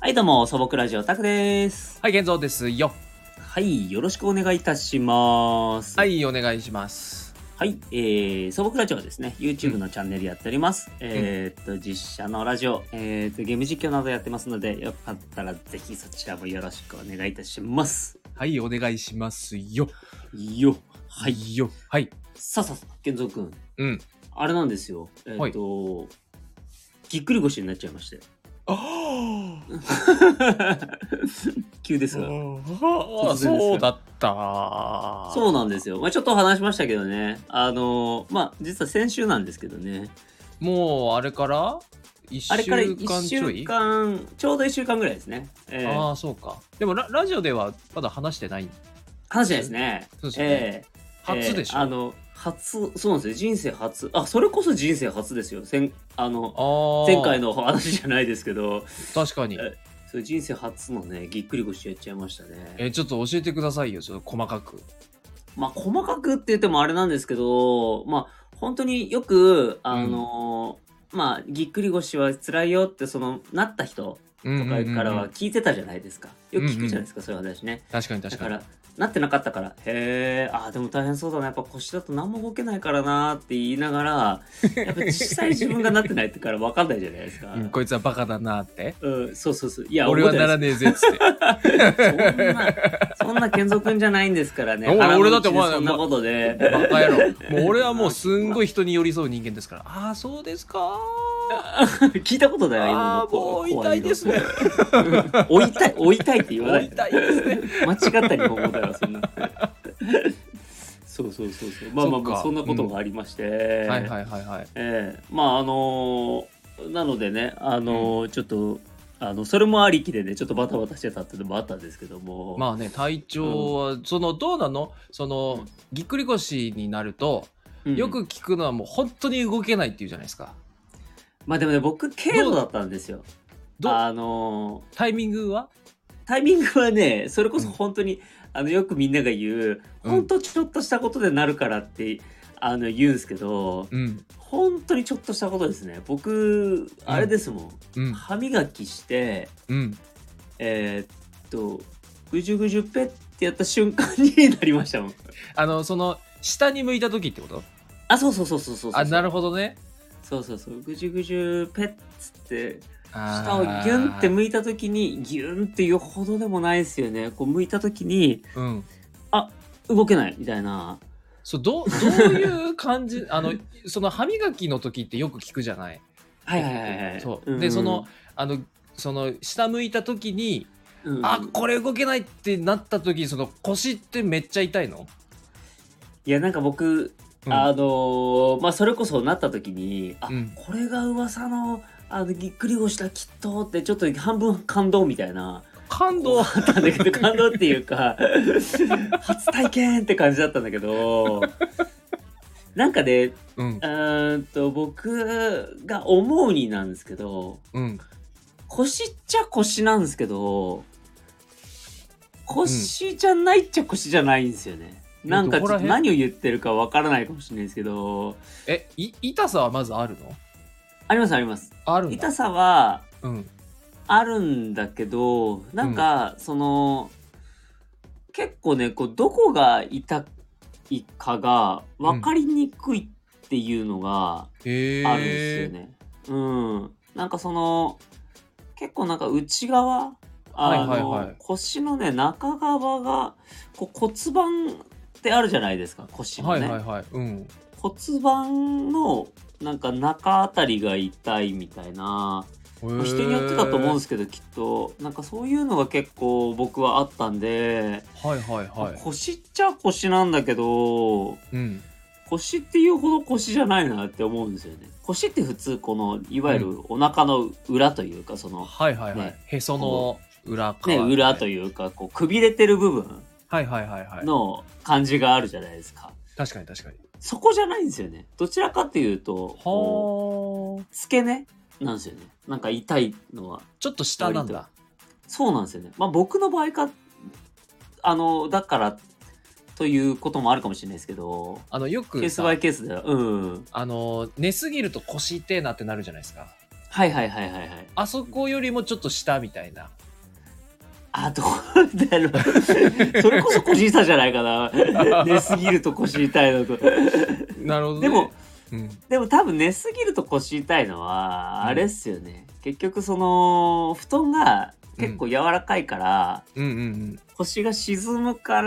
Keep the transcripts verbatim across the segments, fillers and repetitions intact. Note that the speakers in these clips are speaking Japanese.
はい、どうも、素朴ラジオタクです。 はい、健三ですよ。 はい、よろしくお願いいたします。 はい、お願いします。 はい、えー、素朴ラジオはですね、 う YouTube ん、 のチャンネルやっております。 うん。 えーっと、実写のラジオ、えーっと、ゲーム実況などやってますので、よかったらぜひそちらもよろしくお願いいたします。 はい、お願いしますよ。 よ、はい。 よ。はい。 さあさあさあ、健三くん、 うん。 あれなんですよ。えーっはい。 と、ぎっくり腰になっちゃいまして。 あ急ですが、突あ、 然ですが。 そうだった。 そうなんですよ。まあ、ちょっと話しましたけどね。あのーまあ、実は先週なんですけどね。 もう、あれから一あれから週 1週間ちょい間、ちょうどいっしゅうかんぐらいですね。ええああ、そうか。でもラ、ラジオではまだ話してないん話しないですです。 ね。 そうですよね。 ええええ初でしょ。 あの、初、そうなんですよ。人生初。あ、それこそ人生初ですよ。せんあの、前回あの話じゃないですけど、 あ、確かに。 えそう人生初のね、ぎっくり腰やっちゃいましたね。 え、ちょっと教えてくださいよ、ちょっと細かく。 まあ、細かくって言ってもあれなんですけど、まあ、本当によく、あうん。 のーまあ、ぎっくり腰は辛いよって、その、なった人とうんうんうんうかからはん。 聞いてたじゃないですか。よくうんうん。 聞くじゃないですか、そういう話ね。 確かに確かに。 だから、なってなかったから、へえ、あーでも大変そうだな、やっぱ腰だと何も動けないからなーって言いながら、やっぱ実際自分がなってないってから分かんないじゃないですか。 うん、こいつはバカだなって。 うん、そうそうそう。いや、 俺思ってないです。 はならねえぜっつって。 そんな、そんな健三くんじゃないんですからね。 俺腹の俺だってお前、 内でそんなま、 ことで。 バカ野郎。もう俺はもうあすんごい人に寄り添う人間ですから。ああ、そうですか。 聞いたことないよ、今のああ、もう痛いですね。 追いたい、追いたいって言わない。 もう痛いですね。 間違った日本語だよ、そんな。そうそうそうそう。まあまあまあ、 そっか。 そんなうん。 ことがありましはいて。 はいはいはい。 ええまああのーなのでね、あうん。 のーちょっと、あの、それもありきでね、ちょっとバタバタしてたっていうのもあったんですけども、 まあね、体うん、 調は、その、どうなのその、 うん、 ぎっくり腰になると、 うん。 よく聞くのはもう本当に動けないっていうじゃないですか。 まあでもね、僕、軽どう、 度だったんですよ。 ど、 あのータイミングはタイミングはね、それこそうん。 本当に、あの、よくみんなが言う、 うん。 本当ちょっとしたことでなるからって、あの、言うんですけど、 うん。 本当にちょっとしたことですね。僕、あれうん。 ですもん。 うん。 歯磨きして、 うん。 えーっと、ぐじゅぐじゅペッってやった瞬間になりましたもん。 あの、その、下に向いた時ってこと？ あ、そうそうそうそうそうそあ、なうそう。 るほどね。 そうそうそう。ぐじゅぐじゅペッつって、下をギュンってあ向いた時に、ギュンっていうほどでもないですよね。こう向いた時に、 あ、うん。 あ、動けないみたいな。 そう、どうどういう感じあの、その歯磨きの時ってよく聞くじゃない。 はいはいはいはい。 そう。で、その、 うん。 あの、その、下向いた時に、あ、 うん。 これ動けないってなった時、その腰ってめっちゃ痛いの？ いや、なんか僕、 うん。 あの、ま、それこそなった時に、あ、 うん。 これが噂の、あの、ぎっくり腰だ、きっとってちょっと半分感動みたいな、こう感動。 あったんだけど、感動っていうか、初体験って感じだったんだけど、なんかね、ううん。 ーんと、僕が思うになんですけど、 うん。 腰っちゃ腰なんですけど、 うん。 腰じゃないっちゃ腰じゃないんですよね。 え、 なんかちょっとどこら辺？ 何を言ってるかわからないかもしれないですけど、 え、い痛さはまずあるの？ ありますあります。 あるんだ。 痛さはうん。 あるんだけど、なうん。 んかその、結構ね、こうどこが痛いかがうん。 分かりにくいっていうのがあるんですへえ。 よね。うん。なんかその、結構なんか内側、 はいあの、 はいはい。 腰のね、中側が、こう骨盤ってあるじゃないですか、腰のね。 はいはいはい。うん。 骨盤のなんか中あたりが痛いみたいな、 へまあ、人によってだと思うんでえ。 すけど、きっと、なんかそういうのが結構僕はあったんで、 はいはいまあ、 はい。 腰っちゃ腰なんだけど、 うん。 腰っていうほど腰じゃないなって思うんですよね。腰って普通このいわゆうん。 るお腹の裏というか、そのはいはいはい。 ね、 へそこの裏う、ね、 側みたいな。 裏というか、こうくびれてる部分はいはいはいはい。 の感じがあるじゃないですか。 確かに確かに。 そこじゃないんですよね。どちらかっていうと、こう、 はあ。 付け根なんですよね。なんか痛いのは、 ちょっと下な割と。 んだ。 そうなんですよね。まあ僕の場合か、あの、だからということもあるかもしれないですけど、 あの、よケースバイくさ、 ケースでは、うん。 あの、寝すぎると腰痛えなってなるじゃないですか。 はいはいはいはいはい。 あそこよりもちょっと下みたいな。 あ、どうだろう。それこそ腰痛じゃないかな。寝すぎると腰痛いのと。 なるほど、ね、 でも、 うん、 でも多分寝すぎると腰痛いのは、あれっすよね。うん、結局その、布団が結構柔らかいから、 うんうんうんうん、 腰が沈むから、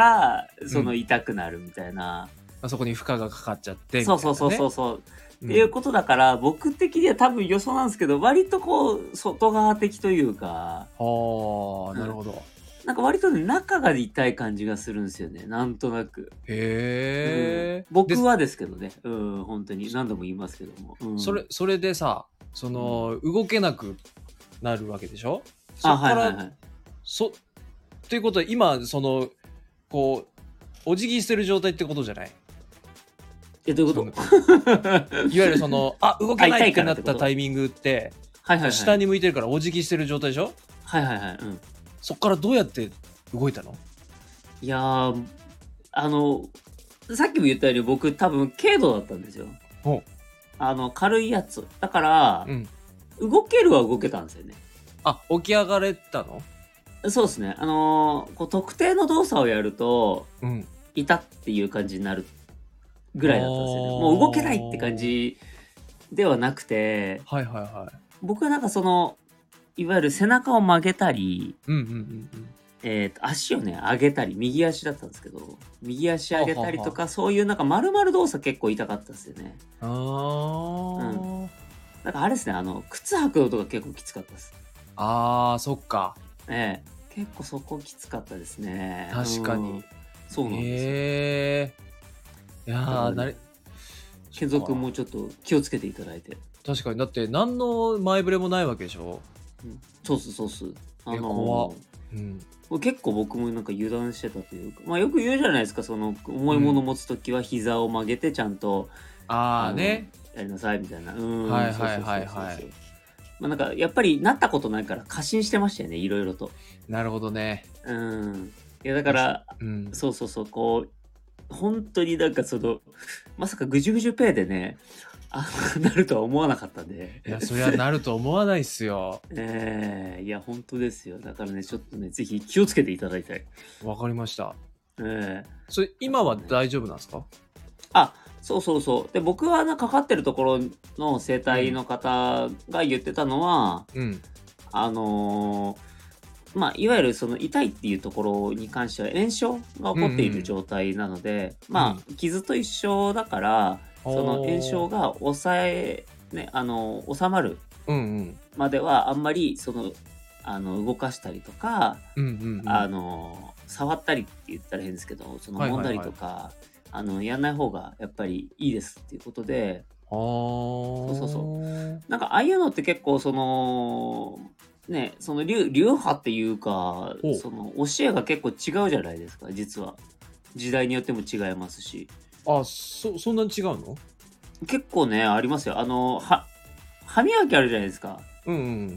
その痛くなるみたいな。 うん、あそこに負荷がかかっちゃってみたいな、ね。そうそうそうそうそう。っていうことだから、うん、僕的には多分予想なんですけど、割とこう外側的というか、 あー、なるほど、うん、 なんか割とね中が痛い感じがするんですよね、なんとなく。 へえ、 うん、僕はですけどね、うん、本当に何度も言いますけども、うん、 それそれでさ、その、うん、動けなくなるわけでしょ。 そっから、あ、はいはいはい、そということは今そのこうお辞儀してる状態ってことじゃない？ え、どういうこと？ いわゆるそのあ動けないってなったタイミングって、はいはいはい、下に向いてるからお辞儀してる状態でしょ。 はいはいはい、うん、 そっからどうやって動いたの？ いやー、あのさっきも言ったように僕多分軽度だったんですよ。あの軽いやつだから、うん、動けるは動けたんですよね。 あ、起き上がれたの？ そうですね。あのー、こう特定の動作をやると、うん、いたっていう感じになるぐらいだったんですよね。もう動けないって感じではなくて、 はいはいはい。 僕はなんかそのいわゆる背中を曲げたり、 うんうんうんうん、 えーと、足をね上げたり、右足だったんですけど、右足上げたりとか、はははそういうなんか丸々動作結構痛かったですよね。ああ、うん。なんかあれですね、あの靴履くのとか結構きつかったです。 あー、そっか。 ええ、結構そこきつかったですね。 確かに。 うん、そうなんですよ。 へー、いやー、なれ健三君もちょっと気をつけていただいて。 確かに、だって何の前触れもないわけでしょ。 うん、そうすそうす。 あのー、怖っ。 うん、結構僕もなんか油断してたというか、まあよく言うじゃないですか、その重いもの持つときは膝を曲げてちゃんと、 うん、ああね、 やりなさいみたいな。うん、 はいはいはいはい。 まあなんかやっぱりなったことないから過信してましたよね、いろいろと。 なるほどね。 うん。いやだから、うん、そうそうそう、こう本当になんかそのまさかぐじゅぐじゅペイでね、あなるとは思わなかったんで。 いや、そりゃなると思わないっすよ。 ええー、いや本当ですよ。だからね、ちょっとね、ぜひ気をつけていただきたい。 わかりました。 ええー、 それ今は大丈夫なんですか？ あ、そうそうそう。で、僕はなかかってるところの整体の方が言ってたのは、うん、あのー、まあ、いわゆるその痛いっていうところに関しては炎症が起こっている状態なので、うんうん、まあ、傷と一緒だから、その炎症が抑え、ね、あの、収まるまではあんまりその、あの動かしたりとか、うんうんうん、あの触ったりって言ったら変ですけど、その揉んだりとか、はいはいはい、あのやんない方がやっぱりいいですっていうことで、あそうそうそう、なんかああいうのって結構そのね、その 流, 流派っていうか、その教えが結構違うじゃないですか、実は時代によっても違いますし。 あ、そそんなに違うの？ 結構ねありますよ。あのは歯磨きあるじゃないですか。うん、うん、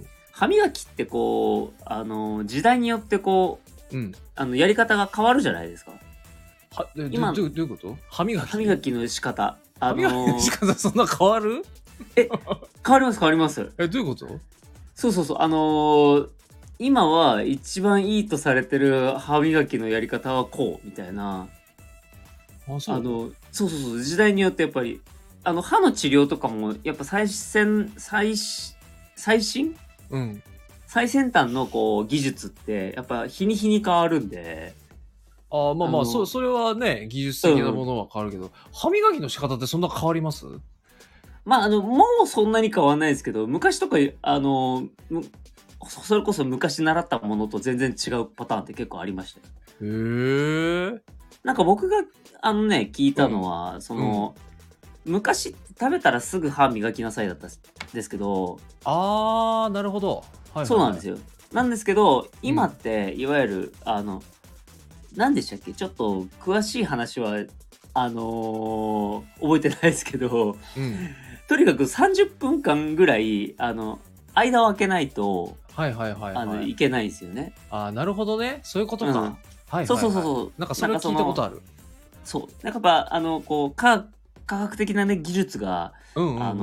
歯磨きってこうあの時代によってこう、うん、あのやり方が変わるじゃないですか。 は今どういうこと？歯磨き歯磨きの仕方、 あのー、歯磨きの仕方そんな変わる？ え変わります変わります。 えどういうこと？ そうそうそう、あのー、今は一番いいとされてる歯磨きのやり方はこうみたいな。 あ、そう？ あのそうそうそう、時代によってやっぱりあの歯の治療とかもやっぱ最先最最新、うん、最先端のこう技術ってやっぱ日に日に変わるんで。 ああ、まあまあ、そそれはね技術的なものは変わるけど、うん、歯磨きの仕方ってそんな変わります？ まああのもうそんなに変わらないですけど、昔とかあのそれこそ昔習ったものと全然違うパターンって結構ありましたよ。へえ。なんか僕があのね聞いたのは、うん、その、うん、昔って食べたらすぐ歯磨きなさいだったんですけど。 あー、なるほど、はいはいはい、 そうなんですよ。なんですけど今って、うん、いわゆるあの何でしたっけ、ちょっと詳しい話はあのー、覚えてないですけど、うん、とにかくさんじゅっぷんかんぐらいあの間を空けないと、はいはいはいはい、あのいけないんですよね。 あー、なるほどね、そういうことか、うん、はいはいはい、 そうそうそうそう、 なんかそれは聞いたことある。 そう、なんかやっぱあのこう科科学的なね技術が、うんうんうん、あの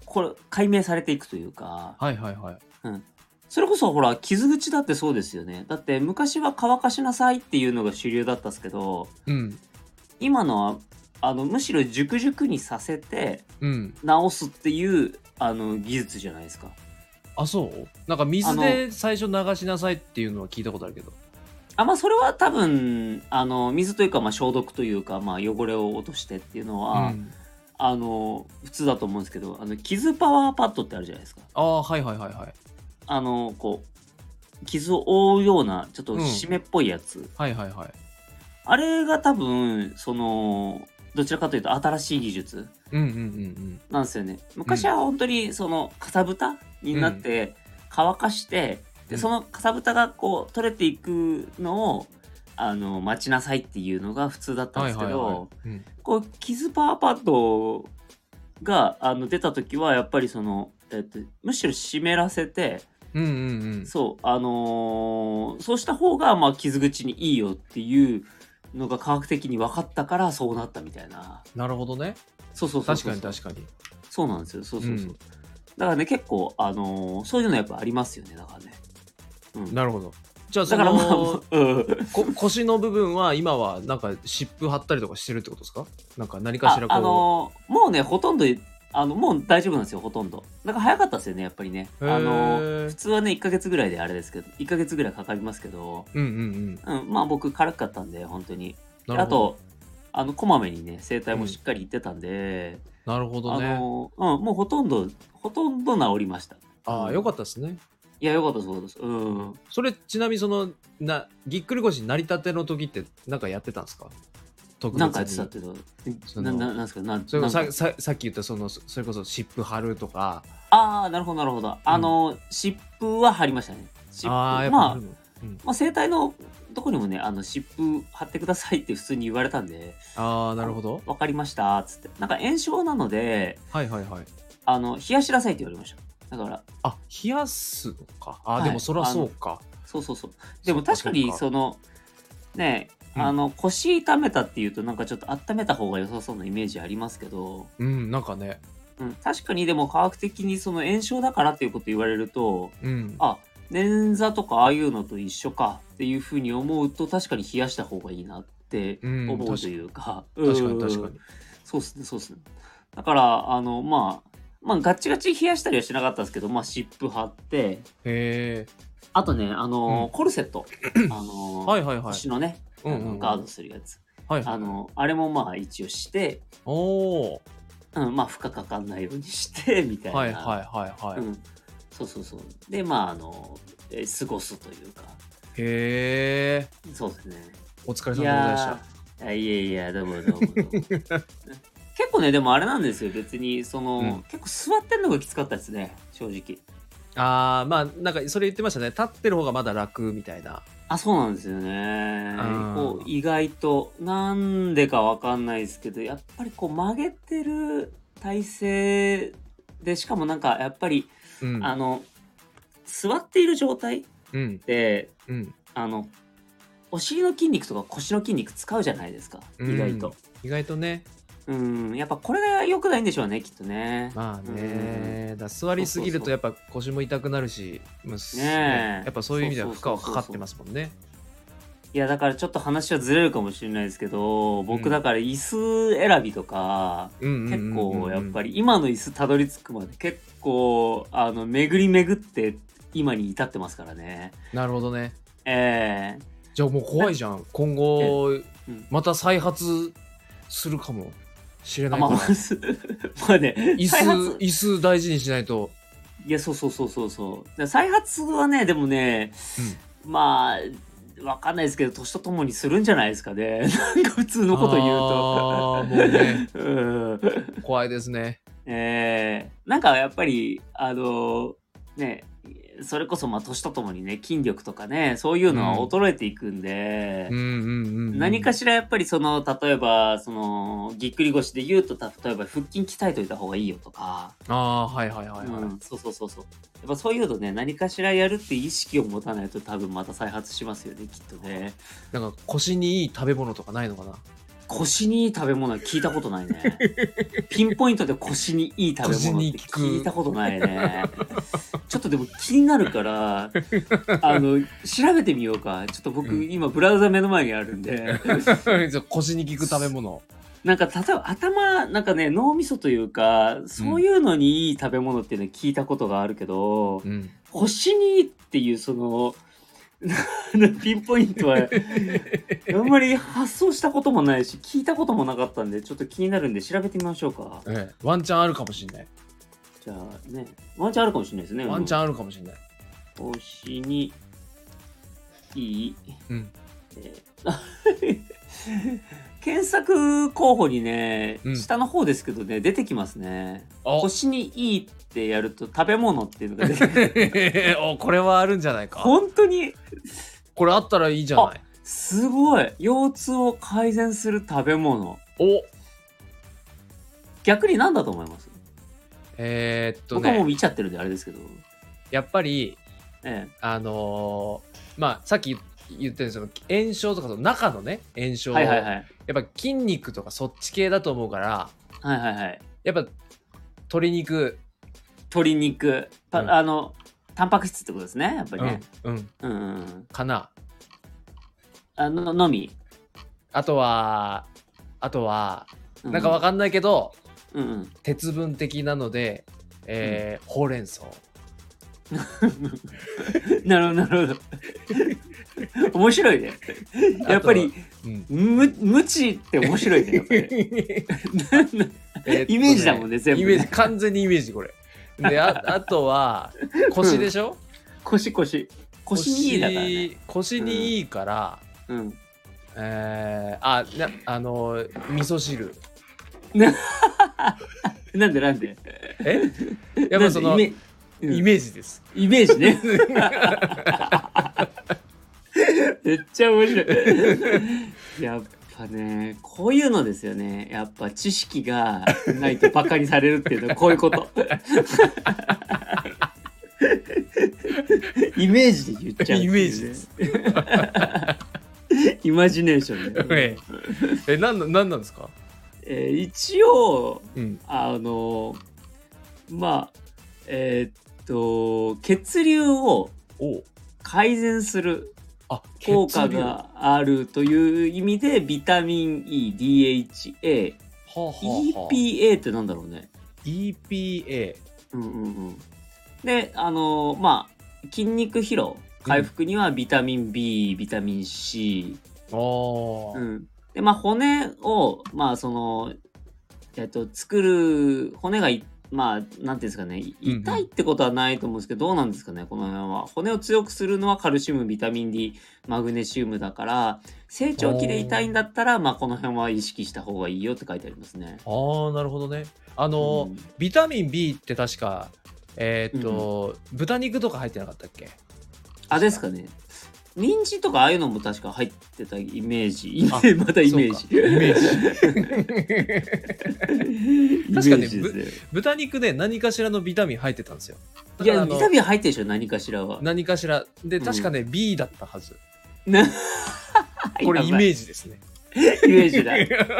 これ解明されていくというか、 はいはいはい。 うん。それこそほら、傷口だってそうですよね。だって昔は乾かしなさいっていうのが主流だったっすけど、 うん。 今のは、あの、むしろ熟々にさせて、 うん。 直すっていう、あの、技術じゃないですか。 あ、そうなんか水で最初流しなさいっていうのは聞いたことあるけど。 あ、まあ、それは多分、あの、水というか、まあ、消毒というか、まあ、汚れを落としてっていうのうは、 ん。 あの、普通だと思うんですけど、あの、傷パワーパッドってあるじゃないですか。 ああ、はいはいはいはい。 あの、こう、傷を覆うような、ちょっとうん湿っぽいやつ。 はいはいはい。 あれが多分、その、どちらかというと新しい技術うんうんうんうんなんですよね。昔は本当にそのかさぶたになって乾かして、で、 うんそのかさぶたがこう取れていくのを、あの、待ちなさいっていうのが普通だったんですけはいはいはいど、 うんこう、傷パワーパッドが、あの、出た時はやっぱりその、えっと、むしろ湿らせて、 うんうんうんそう、あのーそうした方が、まあ、傷口にいいよっていうのが科学的に分かったからそうなったみたいな。 なるほどね。 そうそうそう確そう。 かに確かに。 そうなんですよ。そうそうそう。 うんだからね、結構、あのーそういうのやっぱありますよね、だからね。うん。 なるほど。じゃあそだからまあ、 のうん。 こ腰の部分は今はなんか湿布貼ったりとかしてるってことですか？なんか何かしあ、 らこう。 あのーもうね、ほとんど、あの、もう大丈夫なんですよ、ほとんど。だから早かったですよね、やっぱりね。 へーあのー普通はね、いっかげつぐらいであれですけど、いっかげつぐらいかかりますけど、 うんうんうん、まあ僕軽かったんで、本当に。 うん。なあるほど。 と、あの、こまめにね、整体もしっかり行ってたんで、 なるほどあね。 のーうん、もうほとんど、ほとんど治りました。 ああ、よかったですね。 いや、よかったです、よかったです。うん。 それちなみにそのなぎっくり腰になりたての時ってなんかやってたんですか？特別に。 なんかやってたっていうその、な、 のななんですか、な、 それこそなんかさささっき言ったそのそそれこそ湿布貼るとか。 ああ、なるほど、なるほど。あの、湿布は貼りましたね。湿布。 ああ、やっぱまあ、 貼るの。うん。 まあ、整体のとこにもね、あの、湿布貼ってくださいって普通に言われたんで、 ああ、なるほど。 わかりました、つって。なんか炎症なので、 はいはいはい。 あの、冷やしなさいって言われました。だから、 あ、冷やすのか。あ、 はいでもそらそうか。 そうそうそう。でもそっか確かに、 そっかその、ね、 うんあの、腰痛めたっていうと、なんかちょっと温めた方が良さそうなイメージありますけど、 うん、なんかね。 うん、確かにでも科学的にその炎症だからっていうこと言われると、 うん。 あ、捻挫とかああいうのと一緒かっていうふうに思うと確かに冷やした方がいいなってうん思うというか、 確かにうん確かに。 そうっすね、そうっすね。だからあのまあまあガッチガチ冷やしたりはしなかったんですけど、まあ湿布貼って、 へえ。 あとねあの、 うんコルセット、あのはいはいはい。 腰のね、あうんうんうんのガードするやつ、 はいはい。 あのあれもまあ一応して、 おお。 うん、まあ負荷かかんないようにしてみたいな。 はいはいはいはい。 うん、そうそうそう。でまああの、えー過ごすというか。 へえ。 そうですね。 お疲れ様いでございました。 やーいやいやいや、どうもどうもどうも。結構ね、でもあれなんですよ。別に、その、 うん結構座ってんのがきつかったですね、正直。 ああ、まあなんかそれ言ってましたね。立ってる方がまだ楽みたいな。 あ、そうなんですよね。 あーこう、意外と、なんでかわかんないですけど、やっぱりこう曲げてる体勢で、しかもなんか、やっぱり、 うん。 あの、座っている状態うん。 で、 うん。 あの、お尻の筋肉とか腰の筋肉使うじゃないですか、意外と。 意外とね。 うん、やっぱこれが良くないんでしょうね、きっとね。 まあね。だ座りすぎるとやっぱ腰も痛くなるし、まあねえやっぱそういう意味では負荷はそうそうそうそうかかってますもんね。 いや、だからちょっと話はずれるかもしれないですけど、 うん僕だから椅子選びとか、 うんうんうんうん結うん構やっぱり今の椅子たどり着くまで結構、あの、巡り巡って今に至ってますからね。 なるほどね。 ええじゃあもう怖いじゃん。今後うんまた再発するかもしれあ、 ないから。 まあ、まあね、 椅再発子、椅子大事にしないと。 いや、そうそうそうそうそう。で再発はね、でもね、まあ、わかんないですけど、年とともにするんじゃないですかね。なんか普通のこと言うと。 あーもうねうん怖いですね。 えー、なんかやっぱり、あのね、それこそまあ年とともにね、筋力とかね、そういうのは衰えていくんで、 うんうんうんうん。 何かしらやっぱりその、例えば、その、ぎっくり腰で言うと、た例えば腹筋鍛えといた方がいいよとか、 ああ、はいはいはいはい。 うん、そうそうそうそう。やっぱそういうのね、何かしらやるっていう意識を持たないと多分また再発しますよね、きっとね。 なんか腰にいい食べ物とかないのかな。 腰にいい食べ物は聞いたことないね。ピンポイントで腰にいい食べ物って聞いたことないね。ちょっとでも気になるからあの調べてみようか。ちょっと僕、うん、今ブラウザ目の前にあるんで腰に効く食べ物なんか例えば頭なんかね脳みそというかそういうのにいい食べ物っていうのは聞いたことがあるけど、うん、腰にいいっていうそのピンポイントはあんまり発想したこともないし聞いたこともなかったんでちょっと気になるんで調べてみましょうか。 ええ、ワンチャンあるかもしれない。 じゃあねワンチャンあるかもしれないですね。 ワンチャンあるかもしれない。 腰にいい、うんえー、検索候補にね、うん、下の方ですけどね出てきますね。腰にいいってやると食べ物っていうのが出てくるおこれはあるんじゃないか。 本当にこれあったらいいじゃない。 すごい腰痛を改善する食べ物。 お逆に何だと思います？ えー、っとね僕はもう見ちゃってるんであれですけどやっぱり、 ええ、 あのー、まあさっき言ったようにその炎症とかその中のね炎症、 はいはいはい、 やっぱ筋肉とかそっち系だと思うから、 はいはいはい、 やっぱ鶏肉鶏肉、うん、あのタンパク質ってことですねやっぱりね、 うんうんうんうん、かなあののみあとはあとは、うん、なんかわかんないけど、うんうん、鉄分的なので、えーうん、ほうれん草なるほどなるほど面白いねやっぱり、うん、む無知って面白いねやっぱりえイメージだもんね全部ねイメージ完全にイメージこれで あ, あとは腰でしょ、うん、 腰腰腰にいいだからね腰にいいから、うんうん、えー、あなあの味噌汁なんでなんでえやっぱそのイメ、うん、イメージですイメージねめっちゃ面白いやっぱねこういうのですよねやっぱ知識がないとバカにされるっていうのはこういうことイメージで言っちゃう、ね、 イメージですイマジネーションで、ね、 えなんな、なんなんですか？ えー、一応、うん、あのまあえー、っと血流を改善する効果があるという意味でビタミン E、ディーエイチエー、はあはあはあ、イーピーエー ってなんだろうね。 イーピーエー、うんうんうん、であのまあ筋肉疲労回復にはビタミン B、うん、ビタミン C、うん、でまあ骨をまあそのえっと作る骨がまあなんていうんですかね痛いってことはないと思うんですけど、うんうん、どうなんですかねこの辺は。骨を強くするのはカルシウム、ビタミン D、マグネシウムだから成長期で痛いんだったらまあこの辺は意識した方がいいよって書いてありますね。 ああなるほどね。あの、うん、ビタミン B って確かえー、っと、うん、豚肉とか入ってなかったっけ？ あですかね。人参とかああいうのも確か入ってたイメージ。またイメージ。 イメージ。確かね、豚肉で何かしらのビタミン入ってたんですよ。 いや、ビタミン入ってるでしょ、何かしらは。 何かしら。で、確かね、うん、B だったはず。これイメージですね。 イメージだ。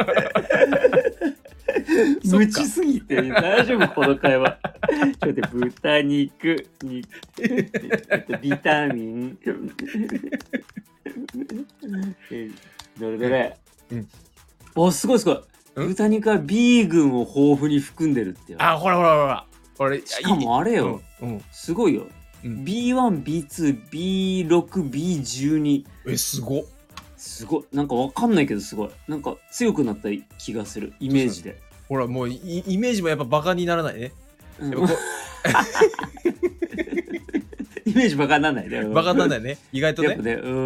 無知すぎて大丈夫この会話。ちょっと豚肉肉ビタミンどれどれ、うん、おすごいすごい、うん、豚肉は B 群を豊富に含んでるってよ。 あほらほらほらこれしかもあれよ、うんうん、すごいよ、うん、ビーワン、ビーツー、ビーシックス、ビーじゅうにえすごっすごいなんかわかんないけどすごいなんか強くなった気がするイメージで。 ほらもう イ, イメージもやっぱバカにならないね、うん、やっぱこイメージバカにならないねバカにならないね意外とね。やっぱねうん、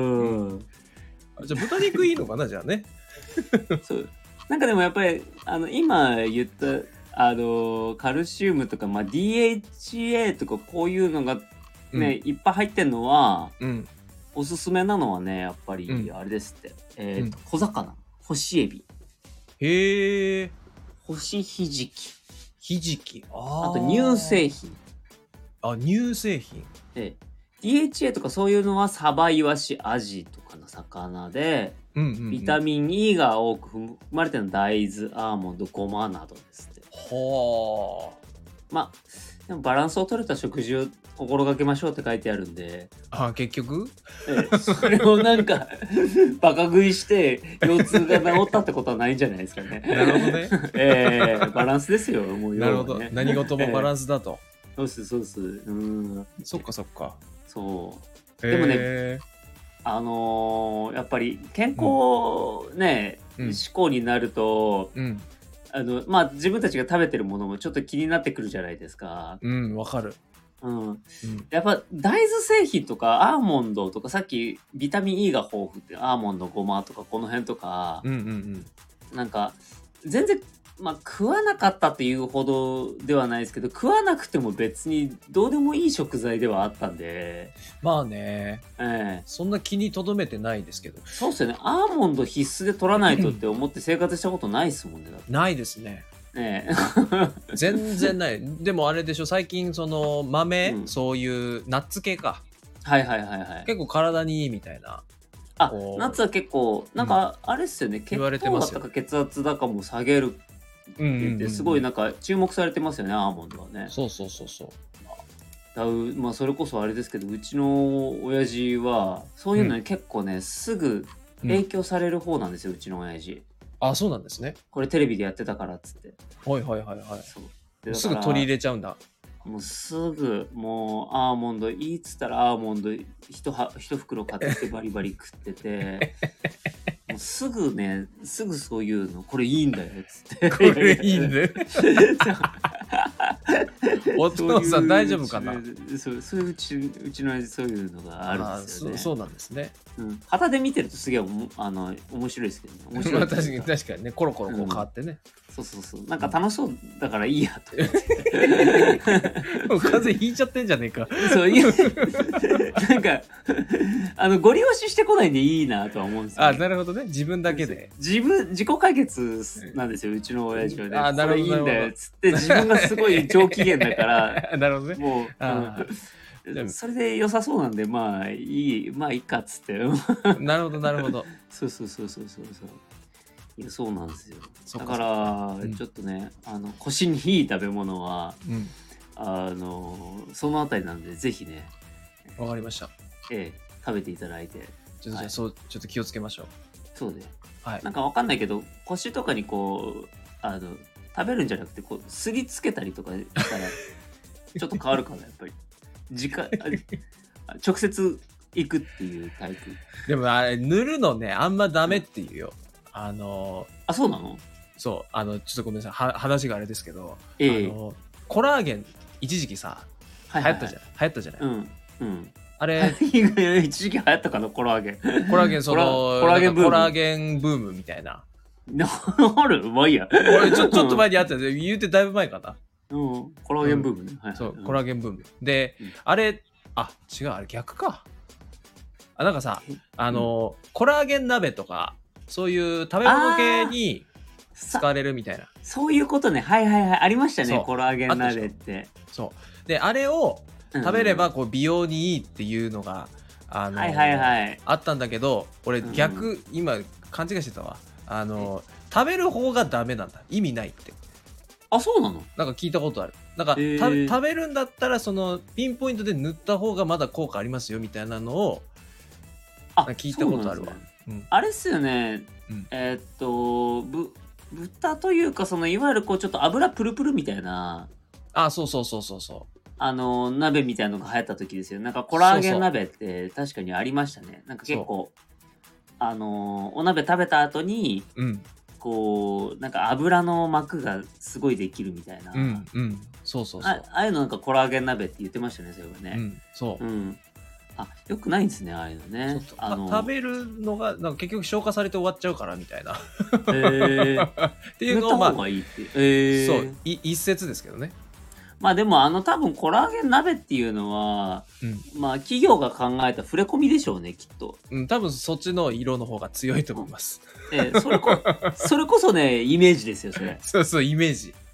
うん、じゃあ豚肉いいのかなじゃあねそうなんかでもやっぱりあの今言ったあのカルシウムとか、まあ、ディーエイチエー とかこういうのがね、うん、いっぱい入ってるのは、うん、おすすめなのはねやっぱりあれですって、うん、えーと、小魚干しエビへえ干しひじきひじきあ, あと乳製品あ乳製品で ディーエイチエー とかそういうのはサバイワシアジとかの魚でうんうんうん、 ビタミン E が多く含まれてるの大豆、アーモンド、ごまなどですって。 ほー。まあでもバランスを取れた食事を心がけましょうって書いてあるんで、 あ結局、 ええ、それをなんかバカ食いして腰痛が治ったってことはないんじゃないですかね。 なるほどね。 ええ、バランスですよ。もう、 ね、なるほど。何事もバランスだと。 ええ、そうっすそうっす。うん。 そっかそっか。 そう。でもね、あのー、やっぱり健康ね、うん、志向になると、うん、あのまあ自分たちが食べてるものもちょっと気になってくるじゃないですか。 うん、わかる。 うん、うん、やっぱ大豆製品とかアーモンドとか、さっきビタミン E が豊富ってアーモンド、ごまとかこの辺とか、うんうんうん、なんか全然まあ食わなかったっていうほどではないですけど、食わなくても別にどうでもいい食材ではあったんで。 まあね、 ええ、 そんな気に留めてないですけど。 そうっすよね。アーモンド必須で取らないとって思って生活したことないですもんね。だってないですね。 ねえ全然ない。でもあれでしょ、最近その豆、うん、そういうナッツ系か。 はいはいはいはい。 結構体にいいみたいな。 あ、ナッツは結構なんかあれっすよね。血糖だとか血圧だかも下げるって言ってすごいなんか注目されてますよね、アーモンドはね。 そうそうそうそう。 だまあそれこそあれですけど、うちの親父はそういうのに結構ね、うん、すぐ影響される方なんですよ、うちの親父。 あ、そうなんですね。 これテレビでやってたからっつって。 はいはいはいはい。そうすぐ取り入れちゃうんだ。 もうすぐもうアーモンドいいっつったらアーモンド一は一袋買ってきてバリバリ食っててもうすぐね、すぐそういうのこれいいんだよっつってこれいいんだよお父さん大丈夫かな。 そうそういううちうちの親父そういうのがあるんですよね。 あ、そう、そうなんですね。 うん、旗で見てるとすげえあの面白いですけどね。面白い確かに確かにね、コロコロこう変わってね、 うん、そうそうそう、なんか楽しそうだからいいやと思ってもう風邪ひいちゃってんじゃねえか。 そういやなんかあのご利用ししてこないんでいいなとは思うんですよ、 ね、あ、なるほどね、自分だけで自分自己解決なんですよ、うちの親父はね。あ、なるほど、これいいんだよっつって自分がすごい上機嫌だからなるほどね、 もうあそれで良さそうなんで、まあいい、まあいいかっつってなるほどなるほどそうそうそうそうそうそう、いやそうなんですよ。だから、うん、ちょっとね、あの腰にいい食べ物は、うん、あのそのあたりなんでぜひね、 わかりました。 ええ、食べていただいて、 ちょっとじゃあ、はい、そうちょっと気をつけましょう。 そうで、 はい、 なんかわかんないけど腰とかにこうあの食べるんじゃなくてこうすりつけたりとかしたらちょっと変わるかな、やっぱり直直接行くっていうタイプ。 でもあれ塗るのね、あんまダメっていうよ。あのあ、そうなの？ そう、あのちょっとごめんなさい、は話があれですけど、 えー、 あのコラーゲン一時期さ、はいはいはい、流行ったじゃない流行ったじゃない。 うんうん。 あれ一時期流行ったかな、コラーゲン。 コラーゲン、そのコラーゲンブーム。 コラーゲンブームみたいな。 ある？まあいいや。 俺ちょちょっと前にあったんで、言うてだいぶ前かな。 うん、コラーゲンブームね。 うん、はい、そう、コラーゲンブーム。で、うん、あれ、あ、違う、あれ逆か。あ、なんかさ、あの、うん、コラーゲン鍋とか、そういう食べ物系に使われるみたいな。 そういうことね。はいはいはい。ありましたね、コラーゲン鍋って。 そう。で、あれを食べればこう美容にいいっていうのが、あの、 はいはいはい、 あったんだけど、俺逆、うん、今勘違いしてたわ。あの、食べる方がダメなんだ。意味ないって。 あ、そうなの？ なんか聞いたことある。なんか、えー、食べるんだったらそのピンポイントで塗った方がまだ効果ありますよみたいなのを聞いたことあるわ。 ね、うん、あれっすよね。うん、えー、っとぶ豚というかそのいわゆるこうちょっと油プルプルみたいな。 あ、そうそうそうそうそう。 あの鍋みたいなのが流行った時ですよ。なんかコラーゲン鍋って確かにありましたね。なんか結構あのお鍋食べた後に。うん、こうなんか油の膜がすごいできるみたいな、 うんうん、そうそうそう、 あ, ああいうのなんかコラーゲン鍋って言ってましたね、それはね、 うん、そう、 うん、あ、よくないんですね、ああいうのね。 あの食べるのがなんか結局消化されて終わっちゃうからみたいなへっていうのをまあいいって、えー、そうい一説ですけどね。 まあでもあの多分コラーゲン鍋っていうのは、うん、まあ企業が考えた触れ込みでしょうね、きっと。 うん、多分そっちの色の方が強いと思います。 ええ、それこそれこそねイメージですよ、それ。 そうそう、イメージ。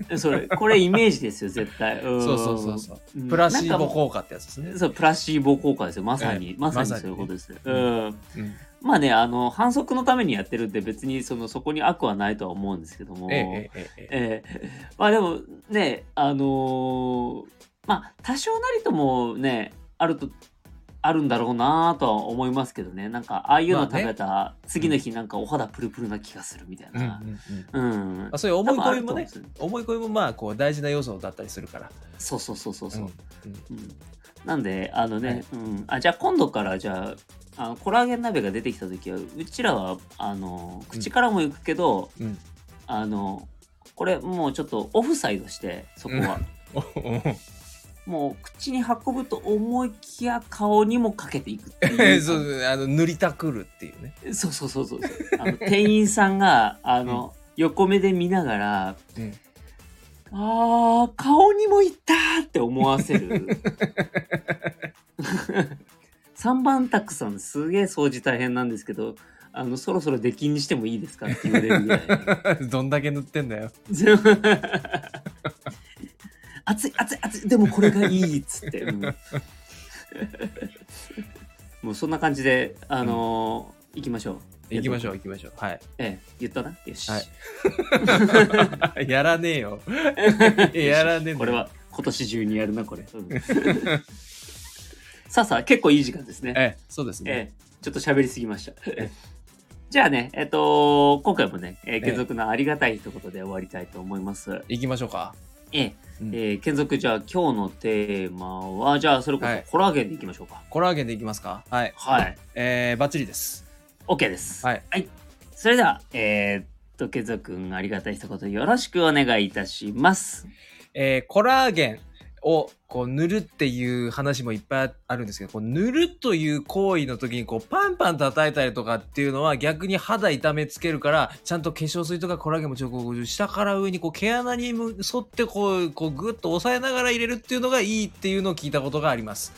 それこれイメージですよ絶対。 うん、そうそうそうそう、プラシーボ効果ってやつですね。 そうプラシーボ効果ですよまさに、えー、まさにそういうことです、ね、うん、うん、まあねあの反則のためにやってるんで別にそのそこに悪はないとは思うんですけども、えー、えー、えー、まあでもねあのー、まあ多少なりともねあるとあるんだろうなとは思いますけどね。なんかああいうの食べた次の日なんかお肌プルプルな気がするみたいな。うんうんうん。うん、 あそういう思い込みもね、思い込みもまあこう大事な要素だったりするから。 そうそうそうそうそう。うんうんうん、なんであのね、はい、うん、あじゃあ今度からじゃああのコラーゲン鍋が出てきた時はうちらはあの口からもいくけど、うん、あのこれもうちょっとオフサイドしてそこは。うんもう口に運ぶと思いきや顔にもかけていくっていうそうあの塗りたくるっていうね。 そうそうそうそうあの店員さんがあの、うん、横目で見ながら、うん、あー顔にもいったって思わせるさんばんタクさんすげえ掃除大変なんですけどあのそろそろ出禁にしてもいいですかって言われるぐらいどんだけ塗ってんだよ熱い熱い熱いでもこれがいいっつって、うん、もうそんな感じであのーうん、行きましょう行きましょう行きましょうはいええ言ったなよし、 はい、やらねえよやらねえこれは今年中にやるなこれ、うん、さあさあ結構いい時間ですねええそうですね、 ええ、ちょっと喋りすぎましたじゃあねえっと今回もね、えー、継続のありがたい一言で終わりたいと思います、 ええ、行きましょうかええうん、えー、継続じゃあ今日のテーマはじゃあそれこそコラーゲンでいきましょうか、はい、 コラーゲンでいきますかはいはいえー、バッチリです OK ですはい、 はい、それではえー、っと継続くんありがたい一言よろしくお願いいたしますえー、コラーゲンをこう塗るっていう話もいっぱいあるんですけどこう塗るという行為の時にこうパンパン叩いたりとかっていうのは逆に肌痛めつけるからちゃんと化粧水とかコラーゲンもちょっとこう下から上にこう毛穴に沿ってこうこうグッと押さえながら入れるっていうのがいいっていうのを聞いたことがあります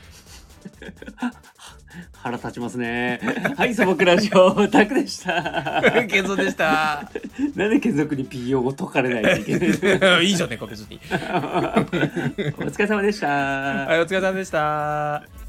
腹立ちますねはい素朴ラジオタクでしたケンゾでしたなんで継続に ピー 用語解かれないといけないいいじゃねえか別にお疲れ様でしたはいお疲れ様でした